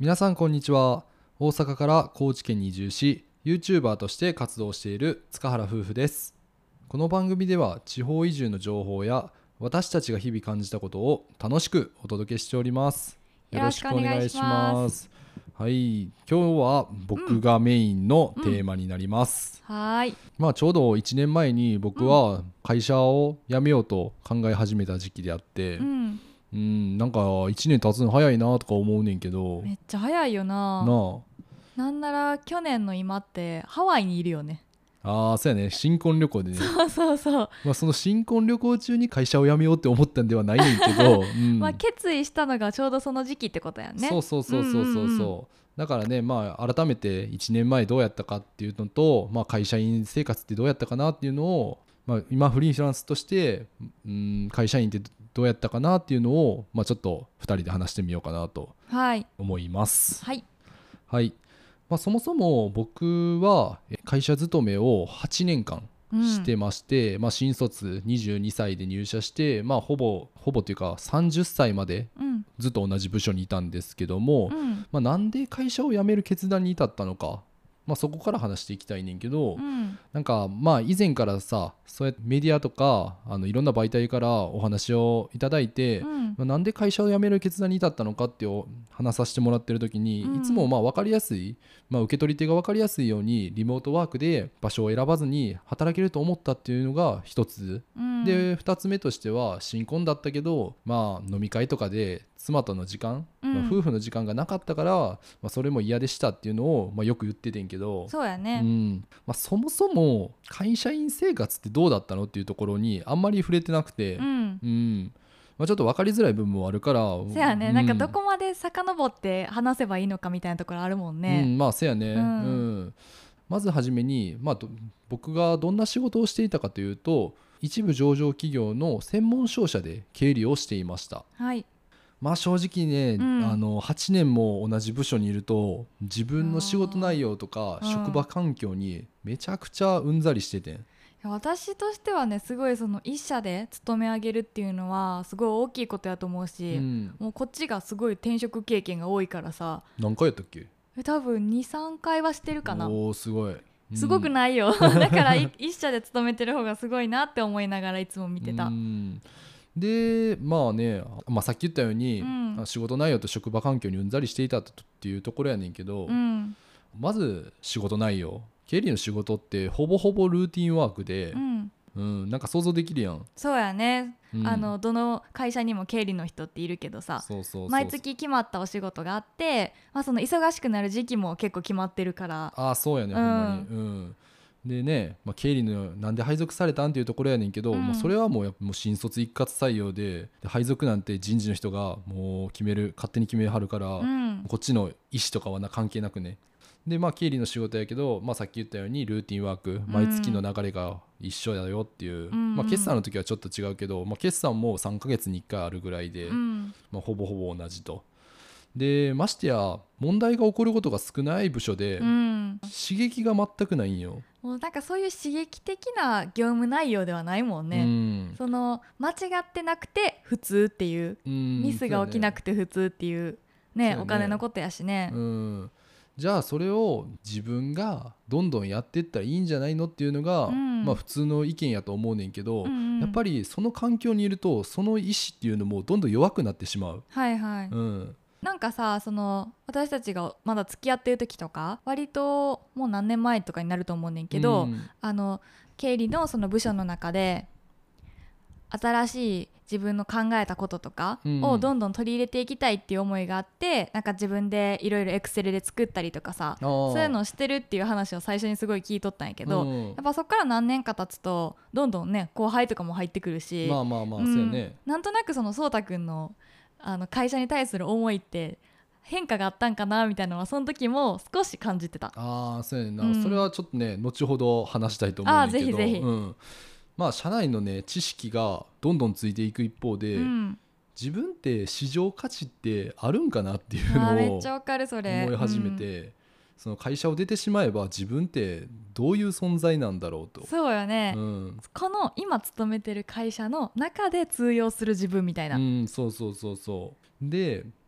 皆さんこんにちは。大阪から高知県に移住し YouTuber として活動している塚原夫婦です。この番組では地方移住の情報や私たちが日々感じたことを楽しくお届けしております。よろしくお願いします。はい、今日は僕がメインのテーマになります。 はい。 ちょうど1年前に僕は会社を辞めようと考え始めた時期であって、なんか1年経つの早いなとか思うねんけど、 めっちゃ早いよな。なんなら去年の今ってハワイにいるよね。 そうやね、新婚旅行でね。 そうそう。 その新婚旅行中に会社を辞めようって思ったんではないねんけど、 決意したのがちょうどその時期ってことやね。 そうだからね、改めて1年前どうやったかっていうのと、会社員生活ってどうやったかなっていうのを、今フリーランスとして、会社員ってどうやったかなっていうのを、ちょっと2人で話してみようかなと思います。 はい。 はい。そもそも僕は会社勤めを8年間してまして、新卒22歳で入社して、ほぼというか30歳までずっと同じ部署にいたんですけども、なんで会社を辞める決断に至ったのか、そこから話していきたいねんけど、なんか以前からさ、そうやってメディアとかいろんな媒体からお話をいただいて、なんで会社を辞める決断に至ったのかって話させてもらってる時に、いつも分かりやすい、受け取り手が分かりやすいようにリモートワークで場所を選ばずに働けると思ったっていうのが一つ、で2つ目としては新婚だったけど、飲み会とかで妻との時間、夫婦の時間がなかったから、それも嫌でしたっていうのを、よく言っててんけど、 そうやね。 そもそも会社員生活ってどうだったのっていうところにあんまり触れてなくて、ちょっと分かりづらい部分もあるから、 そうやね、なんかどこまで遡って話せばいいのかみたいなところあるもんね。 そうやね、まずはじめに、僕がどんな仕事をしていたかというと、一部上場企業の専門商社で経理をしていました。 はい。 正直ね、8年も同じ部署にいると自分の仕事内容とか職場環境にめちゃくちゃうんざりしててん。 私としてはね、すごいその一社で勤め上げるっていうのはすごい大きいことやと思うし、もうこっちがすごい転職経験が多いからさ。 何回やったっけ？ 多分 2,3 回はしてるかな。 おー、すごい。 すごくないよだから一社で勤めてる方がすごいなって思いながらいつも見てた。 でさっき言ったように、仕事内容と職場環境にうんざりしていたっていうところやねんけど、まず仕事内容、経理の仕事ってほぼほぼルーティンワークで、なんか想像できるやん。 そうやね、どの会社にも経理の人っているけどさ、毎月決まったお仕事があって、その忙しくなる時期も結構決まってるから。 そうやね、ほんまに。でね、経理のなんで配属されたんっていうところやねんけど、それはもう新卒一括採用で配属なんて人事の人がもう勝手に決めはるから、こっちの意思とかは関係なくね。で経理の仕事やけど、さっき言ったようにルーティンワーク、毎月の流れが一緒だよっていう、決算の時はちょっと違うけど、決算も3ヶ月に1回あるぐらいで、ほぼほぼ同じと。でましてや問題が起こることが少ない部署で、刺激が全くないんよ。 もうなんかそういう刺激的な業務内容ではないもんね。その間違ってなくて普通っていう、ミスが起きなくて普通っていうね、お金のことやしね。 じゃあそれを自分がどんどんやっていったらいいんじゃないのっていうのが、普通の意見やと思うねんけど、やっぱりその環境にいるとその意思っていうのもどんどん弱くなってしまう。なんかさ、その私たちがまだ付き合ってる時とか割ともう何年前とかになると思うねんけど、経理のその部署の中で新しい自分の考えたこととかをどんどん取り入れていきたいっていう思いがあって、なんか自分でいろいろエクセルで作ったりとかさ、そういうのをしてるっていう話を最初にすごい聞いとったんやけど、やっぱそっから何年か経つとどんどんね後輩とかも入ってくるし、 そうやね。 なんとなくそのそうたくんの会社に対する思いって変化があったんかなみたいなのはその時も少し感じてた。 そうやねんな、それはちょっとね後ほど話したいと思うんだけど、 ぜひぜひ。 社内のね知識がどんどんついていく一方で、自分って市場価値ってあるんかなっていうのをめっちゃわかるそれ思い始めて、その会社を出てしまえば自分ってどういう存在なんだろうと。 そうよね、この今勤めてる会社の中で通用する自分みたいな。 そうで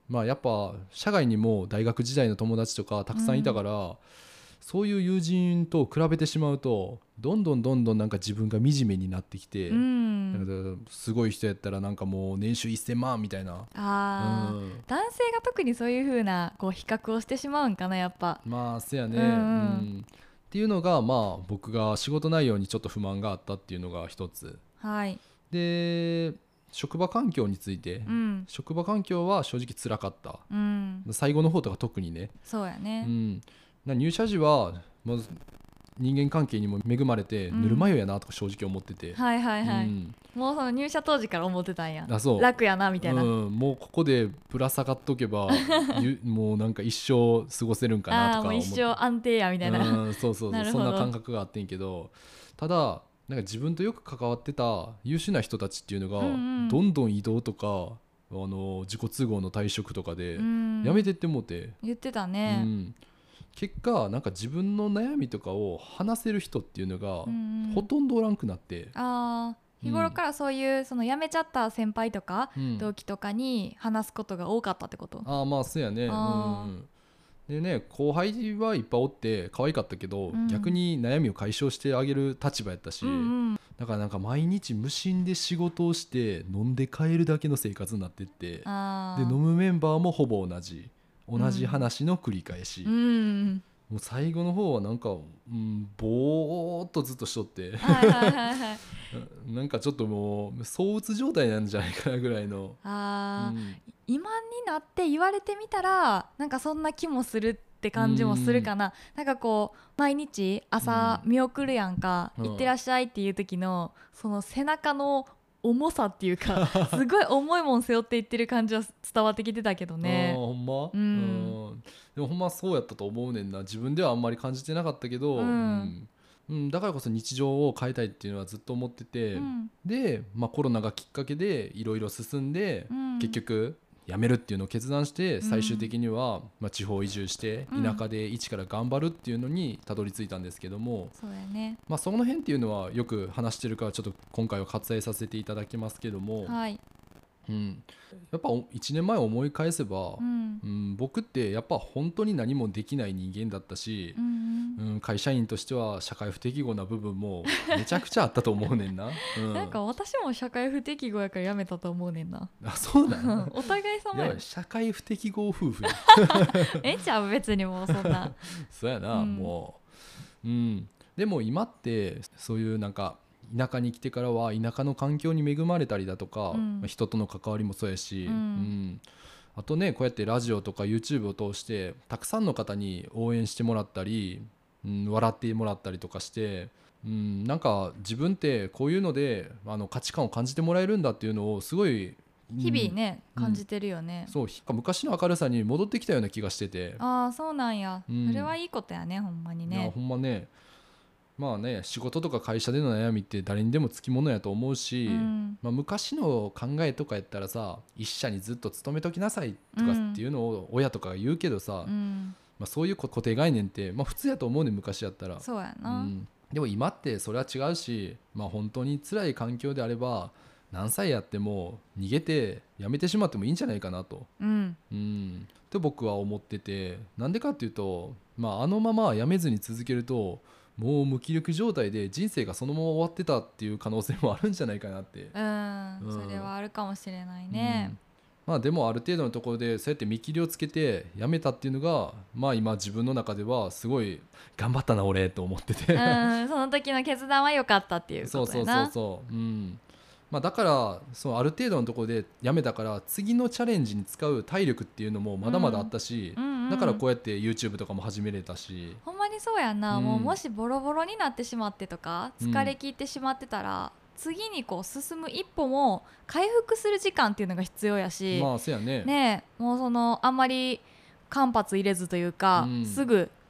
まあやっぱ社外にも大学時代の友達とかたくさんいたから、そういう友人と比べてしまうとどんどんなんか自分が惨めになってきて、なんかすごい人やったらなんかもう年収1000万みたいな、 男性が特にそういう風なこう比較をしてしまうんかな、やっぱ。 まあせやね、っていうのがまあ僕が仕事内容にちょっと不満があったっていうのが一つ、 はい、 で職場環境について、職場環境は正直辛かった、最後の方とか特にね。 そうやね、 入社時はまず人間関係にも恵まれてぬるま湯やなとか正直思ってて、 もうその入社当時から思ってたんや。 そう楽やなみたいな、 もうここでぶら下がっとけばもうなんか一生過ごせるんかなとか思って、 もう一生安定やみたいな、 そうそんな感覚があってんけど、ただなんか自分とよく関わってた優秀な人たちっていうのが、どんどん異動とか自己都合の退職とかで辞めてってもうて、 言ってたね、 結果なんか自分の悩みとかを話せる人っていうのがほとんどおらんくなって、 日頃からそういうその辞めちゃった先輩とか、同期とかに話すことが多かったってこと？ まあそうやね、でね、後輩はいっぱいおって可愛かったけど、逆に悩みを解消してあげる立場やったし、だからなんか毎日無心で仕事をして飲んで帰るだけの生活になってって、で飲むメンバーもほぼ同じ話の繰り返し、もう最後の方はなんか、ぼーっとずっとしとってなんかちょっともう躁うつ状態なんじゃないかなぐらいの、 今になって言われてみたらなんかそんな気もするって感じもするかな、なんかこう毎日朝見送るやんか、行ってらっしゃいっていう時のその背中の重さっていうかすごい重いもん背負っていってる感じは伝わってきてたけどね。 ほんま、でもほんまそうやったと思うねんな。自分ではあんまり感じてなかったけど、だからこそ日常を変えたいっていうのはずっと思ってて、で、コロナがきっかけでいろいろ進んで、結局辞めるっていうのを決断して、最終的には、地方移住して田舎で一から頑張るっていうのにたどり着いたんですけども、 そうやね、 その辺っていうのはよく話してるからちょっと今回は割愛させていただきますけども、やっぱ1年前を思い返せば、僕ってやっぱ本当に何もできない人間だったし、会社員としては社会不適合な部分もめちゃくちゃあったと思うねんな、 なんか私も社会不適合やから辞めたと思うねんな。 そうだねお互い様や。 社会不適合夫婦やちゃう別にもうそんなそうやな、もうでも今ってそういうなんか田舎に来てからは田舎の環境に恵まれたりだとか、人との関わりもそうやし、あとね、こうやってラジオとか YouTube を通してたくさんの方に応援してもらったり、笑ってもらったりとかして、なんか自分ってこういうので価値観を感じてもらえるんだっていうのをすごい日々ね、感じてるよね。 そう、昔の明るさに戻ってきたような気がしてて、 そうなんや、それはいいことやね、ほんまにね。 いやほんまね、仕事とか会社での悩みって誰にでもつきものやと思うし、昔の考えとかやったらさ、一社にずっと勤めときなさいとかっていうのを親とかが言うけどさ、そういう固定概念って、普通やと思うね、昔やったら。 そうやな、 でも今ってそれは違うし、本当に辛い環境であれば何歳やっても逃げて辞めてしまってもいいんじゃないかなと、と僕は思ってて、なんでかっていうと、あのまま辞めずに続けるともう無気力状態で人生がそのまま終わってたっていう可能性もあるんじゃないかなって、 それはあるかもしれないね、 でもある程度のところでそうやって見切りをつけて辞めたっていうのが、今自分の中ではすごい頑張ったな俺と思っててその時の決断は良かったっていうことやな。 だからある程度のところで辞めたから次のチャレンジに使う体力っていうのもまだまだあったし、だからこうやって YouTube とかも始めれたし、 ほんまにそうやんな、もしボロボロになってしまってとか疲れ切ってしまってたら、次にこう進む一歩も回復する時間っていうのが必要やし、 そうやね、 もうあんまり間髪入れずというか、すぐ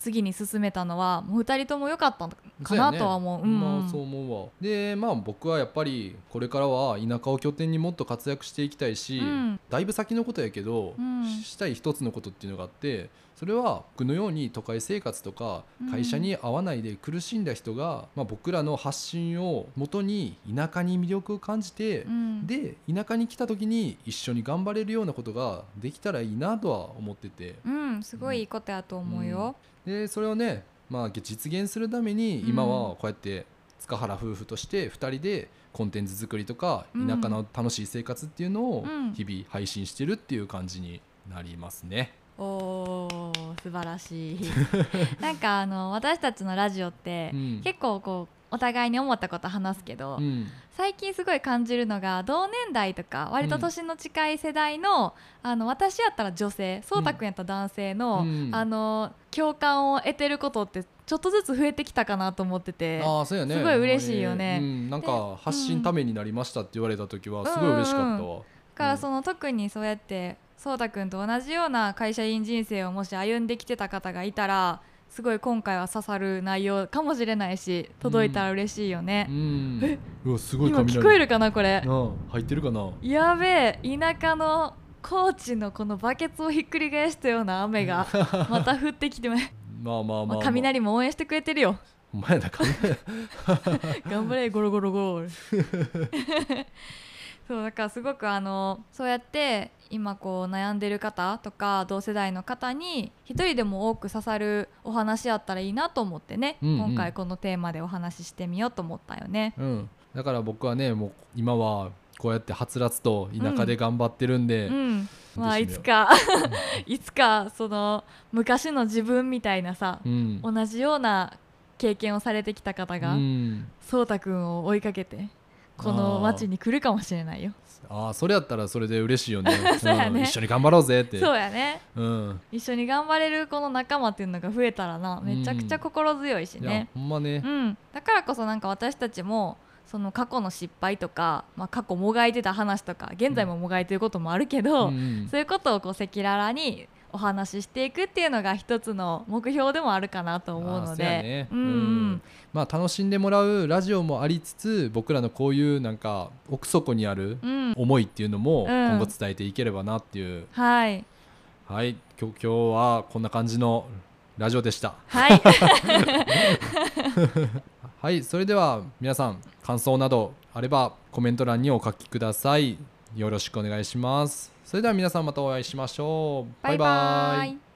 次に進めたのはもう2人とも良かったのかなとは思う。 まあそう思うわ。でまあ僕はやっぱりこれからは田舎を拠点にもっと活躍していきたいし、だいぶ先のことやけど、したい一つのことっていうのがあって、それは僕のように都会生活とか会社に合わないで苦しんだ人が、僕らの発信をもとに田舎に魅力を感じて、で田舎に来た時に一緒に頑張れるようなことができたらいいなとは思ってて、 すごいいいことやと思うよ。 でそれをね、実現するために今はこうやって塚原夫婦として2人でコンテンツ作りとか田舎の楽しい生活っていうのを日々配信してるっていう感じになりますね。 おー、素晴らしいなんか私たちのラジオって、結構こうお互いに思ったこと話すけど、最近すごい感じるのが同年代とか割と年の近い世代の、私やったら女性、そうたくんやったら男性の、共感を得てることってちょっとずつ増えてきたかなと思ってて、 そうやね、 すごい嬉しいよね。 なんか発信ためになりましたって言われた時はすごい嬉しかったわ。だから特にそうやってそうたくんと同じような会社員人生をもし歩んできてた方がいたら、すごい今回は刺さる内容かもしれないし、届いたら嬉しいよね。 うわ、すごい今聞こえるかなこれ。 入ってるかな。 やべえ、田舎の高知のこのバケツをひっくり返したような雨がまた降ってきて雷も応援してくれてるよ。 お前だ雷頑張れゴロゴロゴロそうだからすごくそうやって今こう悩んでる方とか同世代の方に一人でも多く刺さるお話やったらいいなと思ってね、今回このテーマでお話ししてみようと思ったよね。 だから僕はね、もう今はこうやってはつらつと田舎で頑張ってるんで、 いつかいつかその昔の自分みたいなさ、同じような経験をされてきた方がそうたくんを追いかけてこの町に来るかもしれないよ。 それやったらそれで嬉しいよねそうやね、 一緒に頑張ろうぜって。 そうやね、一緒に頑張れるこの仲間っていうのが増えたらな、めちゃくちゃ心強いしね。 いやほんまね、 だからこそなんか私たちもその過去の失敗とか、過去もがいてた話とか現在ももがいてることもあるけど、そういうことをこう赤裸々にお話ししていくっていうのが一つの目標でもあるかなと思うので、 楽しんでもらうラジオもありつつ、僕らのこういうなんか奥底にある思いっていうのも今後伝えていければなっていう、はい、今日はこんな感じのラジオでした。はいはい、それでは皆さん感想などあればコメント欄にお書きください。よろしくお願いします。それでは皆さんまたお会いしましょう。バイバイ。